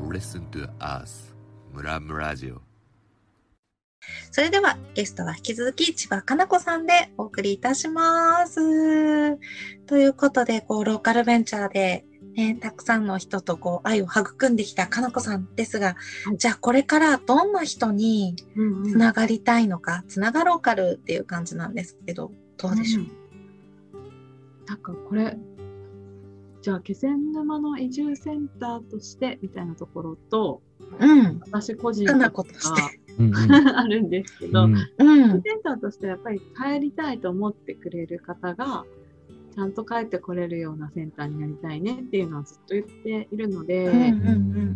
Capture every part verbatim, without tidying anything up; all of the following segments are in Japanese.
Listen to us ムラムラジオ。 それではゲストは引き続き千葉かな子さんでお送りいたします。ということで、こうローカルベンチャーで、ね、たくさんの人とこう愛を育んできたかな子さんですが、はい、じゃあこれからどんな人につながりたいのか、うんうん、つながローカルっていう感じなんですけど、どうでしょう。 うん、なんかこれじゃあ気仙沼の移住センターとしてみたいなところと、 うん、 私個人かな子としてあるんですけど、うん、センターとしてやっぱり帰りたいと思ってくれる方がちゃんと帰ってこれるようなセンターになりたいねっていうのはずっと言っているので、うんうんうん、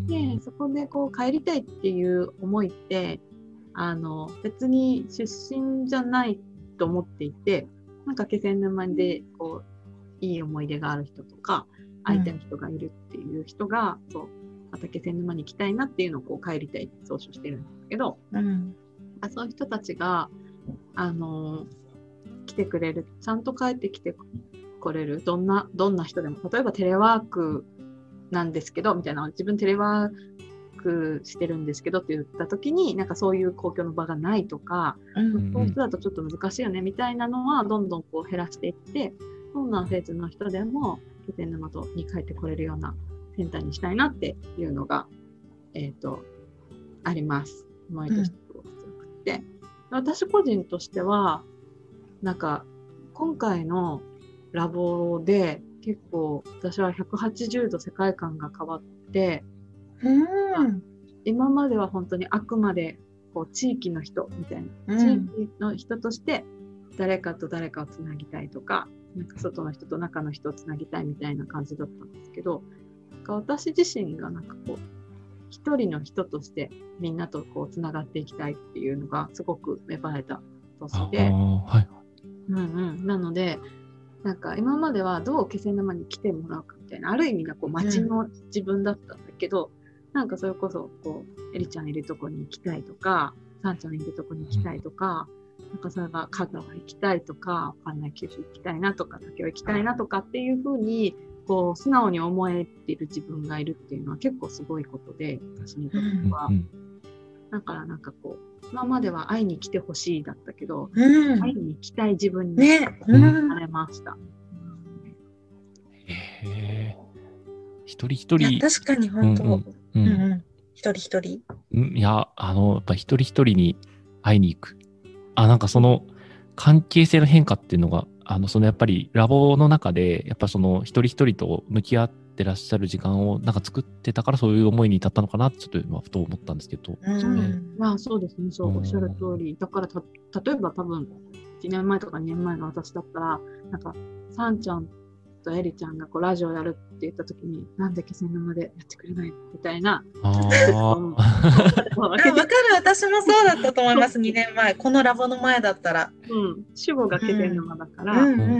でそこでこう帰りたいっていう思いってあの別に出身じゃないと思っていて、なんか気仙沼でこういい思い出がある人とか相手の人がいるっていう人が、うん、そうまた気仙沼に行きたいなっていうのをこう帰りたいって総称してるんですけど、うん、そういう人たちがあの来てくれる、ちゃんと帰ってきてこれる、どんなどんな人でも、例えばテレワークなんですけどみたいな、自分テレワークしてるんですけどって言った時になんかそういう公共の場がないとか、うん、そういう人だとちょっと難しいよねみたいなのはどんどんこう減らしていって、どんなフェーズの人でも気仙沼に帰ってこれるようなセンターにしたいなっていうのが、えっと、あります。思いとして強くて、うん、私個人としては、なんか、今回のラボで結構私はひゃくはちじゅうど世界観が変わって、うん、今までは本当にあくまでこう地域の人みたいな、うん、地域の人として誰かと誰かをつなぎたいとか、なんか外の人と中の人をつなぎたいみたいな感じだったんですけど、なんか私自身がなんかこう一人の人としてみんなとこうつながっていきたいっていうのがすごく芽生えた年で、はい、うんうん、なのでなんか今まではどう気仙沼に来てもらうかみたいな、ある意味がこう街の自分だったんだけど、うん、なんかそれこそこうエリちゃんいるとこに行きたいとか、サンちゃんいるとこに行きたいとか、うん、なんかそれが香川行きたいとか、わかんない九州行きたいなとか、竹雄行きたいなとかっていう風にこう素直に思えている自分がいるっていうのは結構すごいことで、私にとっては、うん、だからなんかこう今までは会いに来てほしいだったけど、うん、会いに行きたい自分になれました。 ね、うん、へー、一人一人、 確かに本当、うんうんうんうん、一人一人、 いや、あのやっぱ一人一人に会いに行く、あ、なんかその関係性の変化っていうのが、あのそのやっぱりラボの中でやっぱその一人一人と向き合ってらっしゃる時間をなんか作ってたからそういう思いに至ったのかなってちょっと今ふと思ったんですけど、 うん、ね、まあそうですね、そうおっしゃる通り、だからた例えば多分いちねんまえとかにねんまえの私だったらなんかサンちゃんとエリちゃんがこうラジオやるって言った時になんで気仙沼でやってくれないみたいな、あわかる、私もそうだったと思いますにねんまえ、このラボの前だったら、 うん、主語が気仙沼だから、うんうんうん、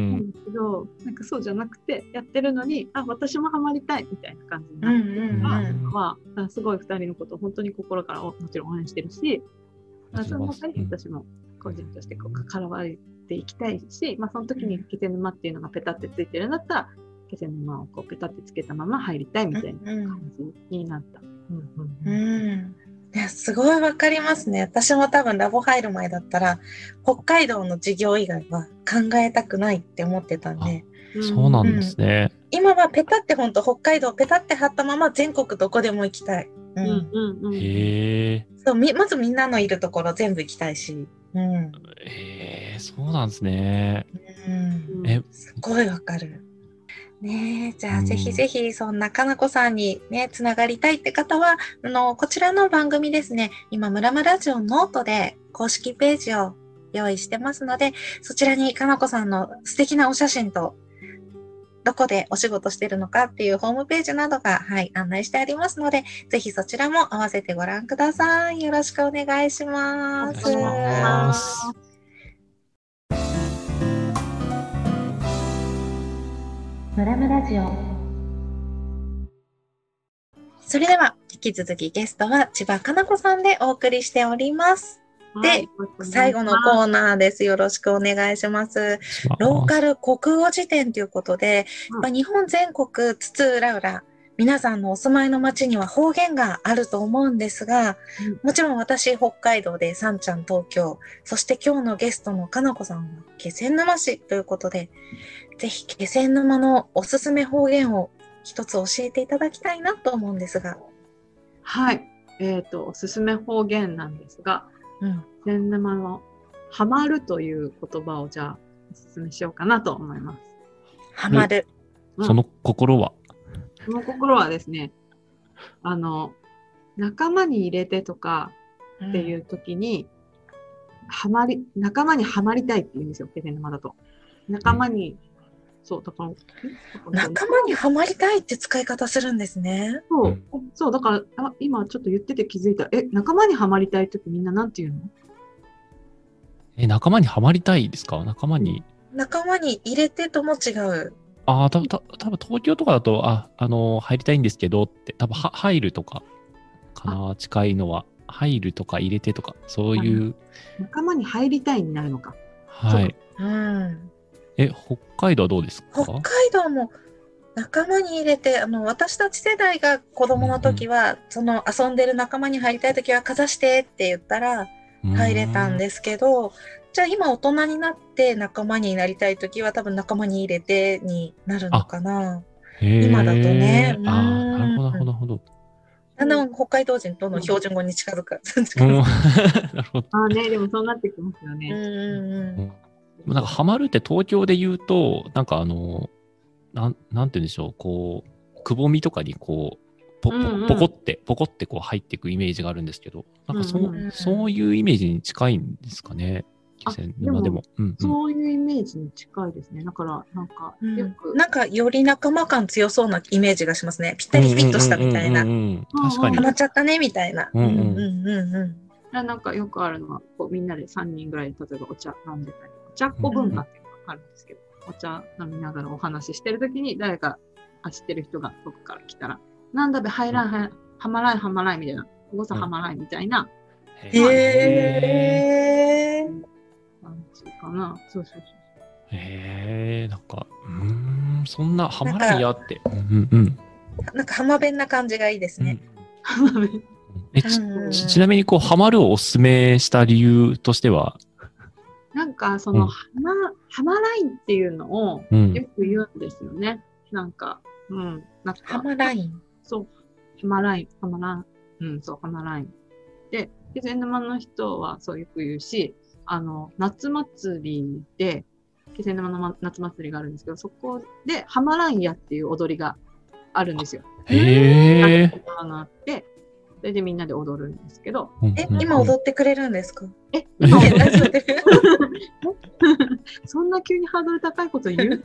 なんだけどなんかそうじゃなくてやってるのに、あ、私もハマりたいみたいな感じになってるのは、うんうんうん、すごいふたりのことを本当に心からもちろん応援してるし、その中に私も個人としてこう関わっていきたいし、まあ、その時に気仙沼っていうのがペタってついてるんだったら気仙沼をこうペタってつけたまま入りたいみたいな感じになった。うんうんうんうん、いやすごいわかりますね。私も多分ラボ入る前だったら北海道の授業以外は考えたくないって思ってたんで。 そうなんですね、 うん、今はペタって本当北海道ペタって貼ったまま全国どこでも行きたい、うんうんうん、 へー、 そうみまずみんなのいるところ全部行きたいし、うん、 へー、そうなんですね、 うん、えすごいわかるね。じゃあ、うん、ぜひぜひそんなかなこさんにねつながりたいって方はあのこちらの番組ですね、今ムラムラジオノートで公式ページを用意してますので、そちらにかなこさんの素敵なお写真とどこでお仕事してるのかっていうホームページなどが、はい、案内してありますので、ぜひそちらも合わせてご覧ください。よろしくお願いします。お願いします。ムラムラジオ。それでは引き続きゲストは千葉かな子さんでお送りしております。で、はい、最後のコーナーです。よろしくお願いします。ローカル国語辞典ということで、うん、日本全国津々浦々 皆さんのお住まいの町には方言があると思うんですが、うん、もちろん私北海道で、さんちゃん東京、そして今日のゲストのかなこさんは気仙沼市ということで、ぜひ気仙沼のおすすめ方言を一つ教えていただきたいなと思うんですが。 はい。えっと、おすすめ方言なんですが、うん、気仙沼のハマるという言葉をじゃあおすすめしようかなと思います。 ハマる。 うん、その心はその心はですね、あの、仲間に入れてとかっていう時に、うん、はまり、仲間にはまりたいって言うんですよ、気仙沼だと。仲間に、うん、そう、だから、 仲間にはまりたいって使い方するんですね。 そう、そう、だから、あ、今ちょっと言ってて気づいた。え、仲間にはまりたい時みんななんて言うの？ え、仲間にはまりたいですか？仲間に。 仲間に入れてとも違う。 ああ、たぶん、たぶん東京とかだと、あ、あのー、入りたいんですけどって、多分は入るとかかな、近いのは。入るとか入れてとか、そういう。 仲間に入りたいになるのか。 はい。 うん。 え、北海道はどうですか？ 北海道も仲間に入れて、あの、私たち世代が子供の時は、うんうん、その遊んでる仲間に入りたい時はかざしてって言ったら入れたんですけど、じゃあ今大人になって仲間になりたいときは多分仲間に入れてになるのかな。今だとね。 ああ、なるほど、なるほど、なるほど。 だんだん北海道人との標準語に近づく。 なるほど。ああね、でもそうなってきますよね。うんうんうん。なんかハマるって東京で言うと、なんかあの、なん、なんて言うんでしょう、こう、くぼみとかにこう、ポ, ポ, ポコって、ポコってこう入っていくイメージがあるんですけど、なんかそ、うんうん、そういうイメージに近いんですかね。気仙沼でも、 うんうん、そういうイメージに近いですね。だからなんかよく、 うん、なんかより仲間感強そうなイメージがしますね。ぴったりフィットしたみたいな。 確かに。 ハマっちゃったねみたいな。 うんうんうんうん。なんかよくあるのはこうみんなでさんにんぐらい例えばお茶飲んでたり、お茶っ子文化っていうのがあるんですけど、うん、お茶飲みながらお話ししてるときに誰か知ってる人が遠くから来たら、なんだべ入らんははまらんはまらんみたいな、ここさはまらんみたいな。 へえ。 そうかな。そうそうそう。 へえ、なんか、うーん、そんなハマらんやって。うんうん。 なんか浜弁な感じがいいですね。 浜弁。 え、ち、ち、ちなみにこう、ハマるをおすすめした理由としては？ なんか、その、うん、ハマ、ハマラインっていうのをよく言うんですよね。うん、なんか、うん。なんかハマライン。 そう。ハマライン、ハマラン。うん、そう、ハマライン。で、気仙沼の人はそうよく言うし、あの、夏祭りで、気仙沼の夏祭りがあるんですけど、そこで、ハマランヤっていう踊りがあるんですよ。 へー。 があって、それでみんなで踊るんですけど。 え、今踊ってくれるんですか？ え、今踊ってくれるそんな急にハードル高いこと言う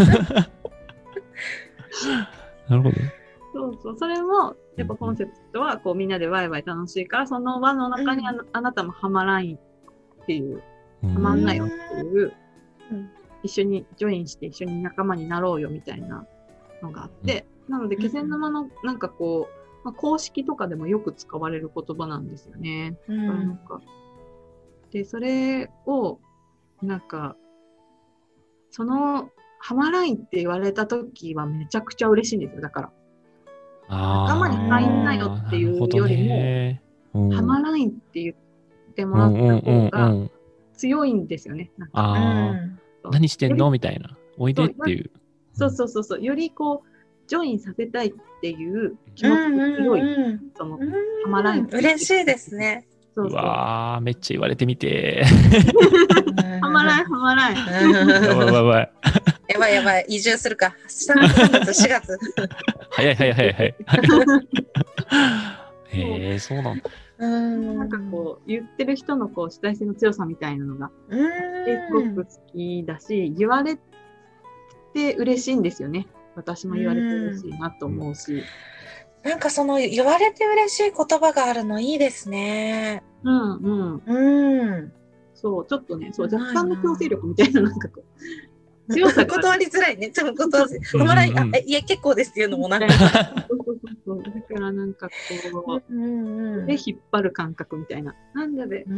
なるほど。 そうそう、それも、やっぱコンセプトは、こう、みんなでワイワイ楽しいから、その輪の中にあ、うん、あなたもハマラインっていう、ハマんなよっていう、うん、一緒にジョインして一緒に仲間になろうよみたいなのがあって、うん、なので気仙沼のなんかこう、まあ、公式とかでもよく使われる言葉なんですよね。うん、なんかでそれをなんかそのハマラインって言われた時はめちゃくちゃ嬉しいんですよ。だから仲間に入んなよっていうよりも、うん、ハマラインって言ってもらった方が強いんですよね。なんかあ、うん、何してんのみたいな。おいでっていう。 そうそうそうそう。よりこう、ジョインさせたいっていう気持ちが強い。うんうんうん、その、ハマライン。 嬉しいですね。 そうそう。うわー、めっちゃ言われてみて。 ハマライン、ハマライン。 やばいやばい。 やばいやばい。移住するか。さんがつ、しがつ。 早い早い早い早い。へえ、そうなんだ。 うんなんかこう言ってる人のこう主体性の強さみたいなのがすごく好きだし、言われて嬉しいんですよね。私も言われて嬉しいなと思うし、 うんなんかその言われて嬉しい言葉があるのいいですね。 うんうんうん。 そうちょっとね、そう若干の強制力みたいななんかこう強さ断りづらいね。ちょっと断りづらい。あ、いや結構ですっていうのもなんか。 そうだからなんかこう、うんうん、で引っ張る感覚みたいな、なんだべ、うん、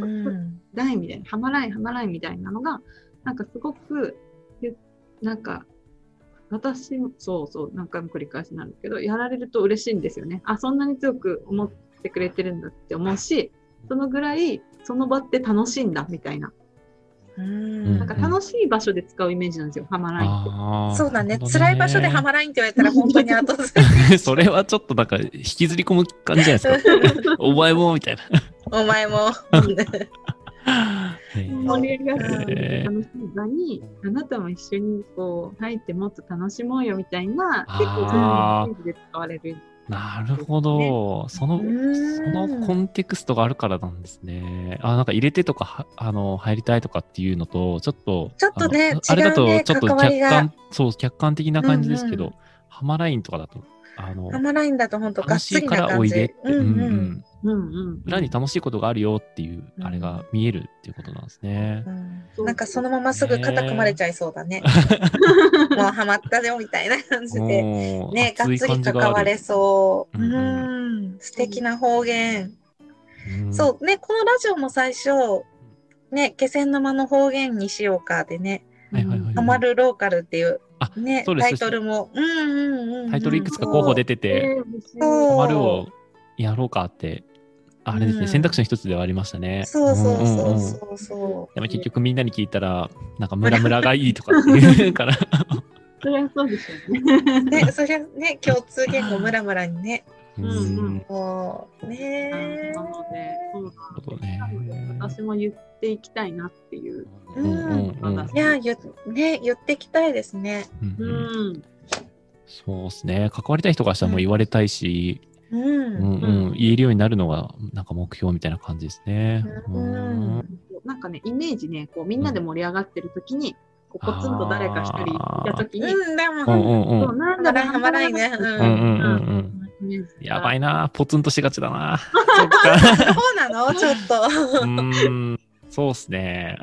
ダイみたいな、ハマラインハマラインみたいなのがなんかすごくなんか私もそうそう何回も繰り返しなんだけど、やられると嬉しいんですよね。あ、そんなに強く思ってくれてるんだって思うし、そのぐらいその場って楽しいんだみたいな。 うん、 なんか楽しい場所で使うイメージなんですよ、ハマラインって。 そうだね。辛い場所でハマラインって言われたら本当に後ずり。 それはちょっとなんか引きずり込む感じじゃないですか。お前もみたいな。 お前も。 盛り上がって楽しい場に、あなたも一緒にこう入ってもっと楽しもうよみたいな、結構そういうイメージで使われる。 なるほど。その、そのコンテクストがあるからなんですね。あ、なんか入れてとか、あの、入りたいとかっていうのと、ちょっと、 ちょっとね、 あ, あれだと、ちょっと客観、そう、客観的な感じですけど、 うんうん、 ハマラインとかだと、あの、 ハマラインだと本当がっつりな感じ。 楽しいからおいでって、うんうん。 うんうん、 裏に楽しいことがあるよっていう、あれが見えるっていうことなんですね。 うん、なんかそのまますぐ肩組まれちゃいそうだね。もうハマったよみたいな感じで。ね、がっつり関われそう。うん、うん、素敵な方言。うん、そうね、このラジオも最初、ね、気仙沼の方言にしようかでね、ハマるローカルっていう、ね、タイトルも、うんうんうん、 タイトルいくつか候補出てて、ハマるをやろうかって、あれですね、うん、選択肢の一つではありましたね。 そうそうそうそうそう、うんうん、 でも結局みんなに聞いたら、なんかムラムラがいいとかって言うから。 そりゃそうですよね。 ね、そりゃね、共通言語ムラムラにね。 うんうん。 そうね。 なので、そうね。私も言っていきたいなっていう。 うんうんうん、いや、言ね、言っていきたいですね。 うんうん、そうですね。関わりたい人からしたらもう言われたいし、うんうんうん、言えるようになるのがなんか目標みたいな感じですね。 うん、なんかね、イメージね、こうみんなで盛り上がってる時に、こうポツンと誰か一人いた時に、 うん、でも、なんだろう、ハマらないね。 やばいな、ポツンとしがちだな。 そっか。そうなの、ちょっと。 うん、そうっすね。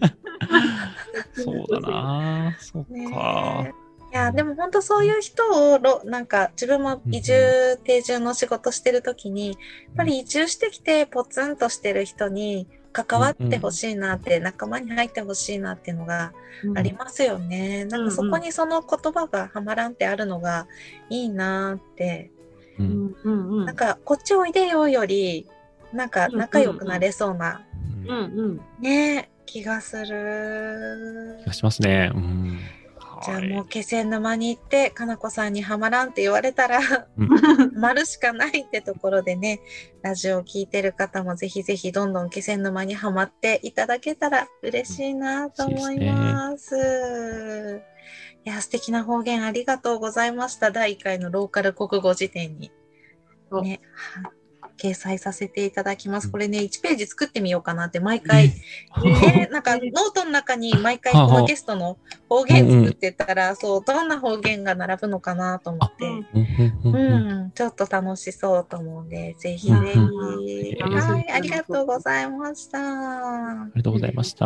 そうだな、そっか。 いやでも本当そういう人をなんか自分も移住定住の仕事してる時に、やっぱり移住してきてポツンとしてる人に関わってほしいなって、仲間に入ってほしいなっていうのがありますよね。なんかそこにその言葉がハマらんってあるのがいいなって、 うんうんうん、 なんかこっちおいでよよりなんか仲良くなれそうな、 うんうん、 ね気がする。 気がしますね。うん、 じゃあもう気仙沼に行ってかなこさんにハマらんって言われたら丸しかないってところでね、ラジオを聞いてる方もぜひぜひどんどん気仙沼にハマっていただけたら嬉しいなと思います。うん、いや素敵な方言ありがとうございました。だいいっかいのローカル国語辞典にね掲載させていただきます。これね、いちページ作ってみようかなって毎回、ね、なんかノートの中に毎回このゲストの方言作ってたら、そう、どんな方言が並ぶのかなと思って、うん、ちょっと楽しそうと思うんで、ぜひぜひ、はい、ありがとうございました。 ありがとうございました。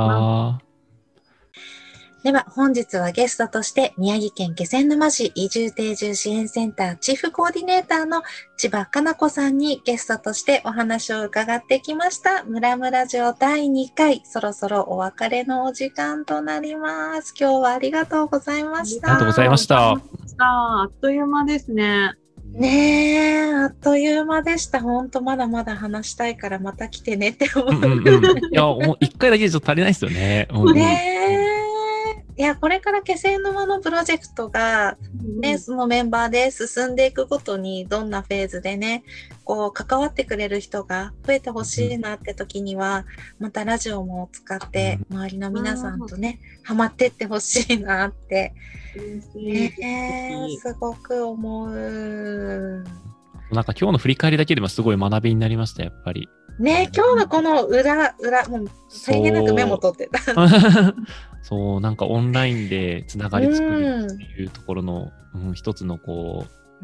では本日はゲストとして宮城県気仙沼市移住定住支援センターチーフコーディネーターの千葉かな子さんにゲストとしてお話を伺ってきました。ムラムラジオだいにかい、そろそろお別れのお時間となります。今日はありがとうございました。 ありがとうございました。 あっという間ですね。 ねえ、あっという間でした。本当まだまだ話したいからまた来てねって思う。 うんうんうん、いや、もう一回だけじゃ足りないですよね。 うん、ねえ。いやこれから気仙沼のプロジェクトが、ね、そのメンバーで進んでいくごとにどんなフェーズでねこう関わってくれる人が増えてほしいなって時にはまたラジオも使って周りの皆さんとねハマってってほしいなって、ね、すごく思う。 なんか今日の振り返りだけでもすごい学びになりましたやっぱりね。今日のこの裏裏もう大変なくメモ取ってたそうなんかオンラインでつながり作るっていうところの、うんうん、一つのこう、うん、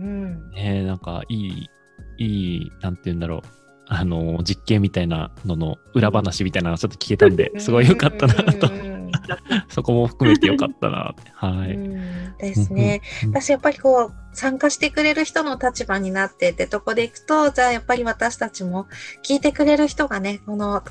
ねなんかいいいいなんて言うんだろうあの実験みたいなのの裏話みたいなのがちょっと聞けたんですごい良かったなとそこも含めて良かったなはい、うん、 ですね。私やっぱりこう参加してくれる人の立場になってってとこでいくとじゃあやっぱり私たちも聞いてくれる人がねこの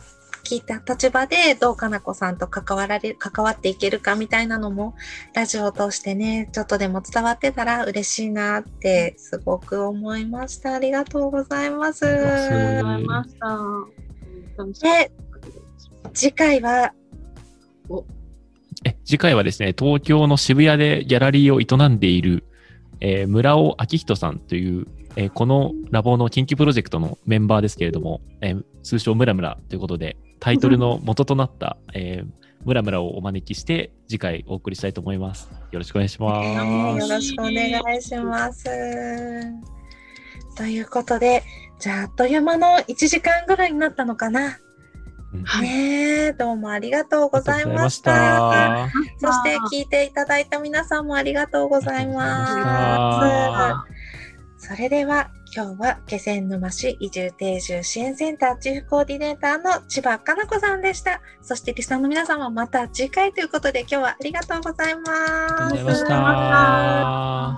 聞いた立場でどうかなこさんと関わられ関わっていけるかみたいなのもラジオを通してねちょっとでも伝わってたら嬉しいなってすごく思いました。ありがとうございます。 ありがとうございました。 で次回はおえ次回はですね、東京の渋谷でギャラリーを営んでいる、えー、村尾明人さんという、えー、このラボの研究プロジェクトのメンバーですけれども、えー、通称ムラムラということでタイトルの元となった、えー、ムラムラをお招きして次回お送りしたいと思います。よろしくお願いします。 えー、よろしくお願いします。ということで、じゃああっという間のいちじかんぐらいになったのかな。うん、ねえ、どうもありがとうございました。そして聞いていただいた皆さんもありがとうございます。それでは今日は気仙沼市移住定住支援センターチーフコーディネーターの千葉かな子さんでした。そしてリスナーの皆様また次回ということで今日はありがとうございます。 ありがとうございました。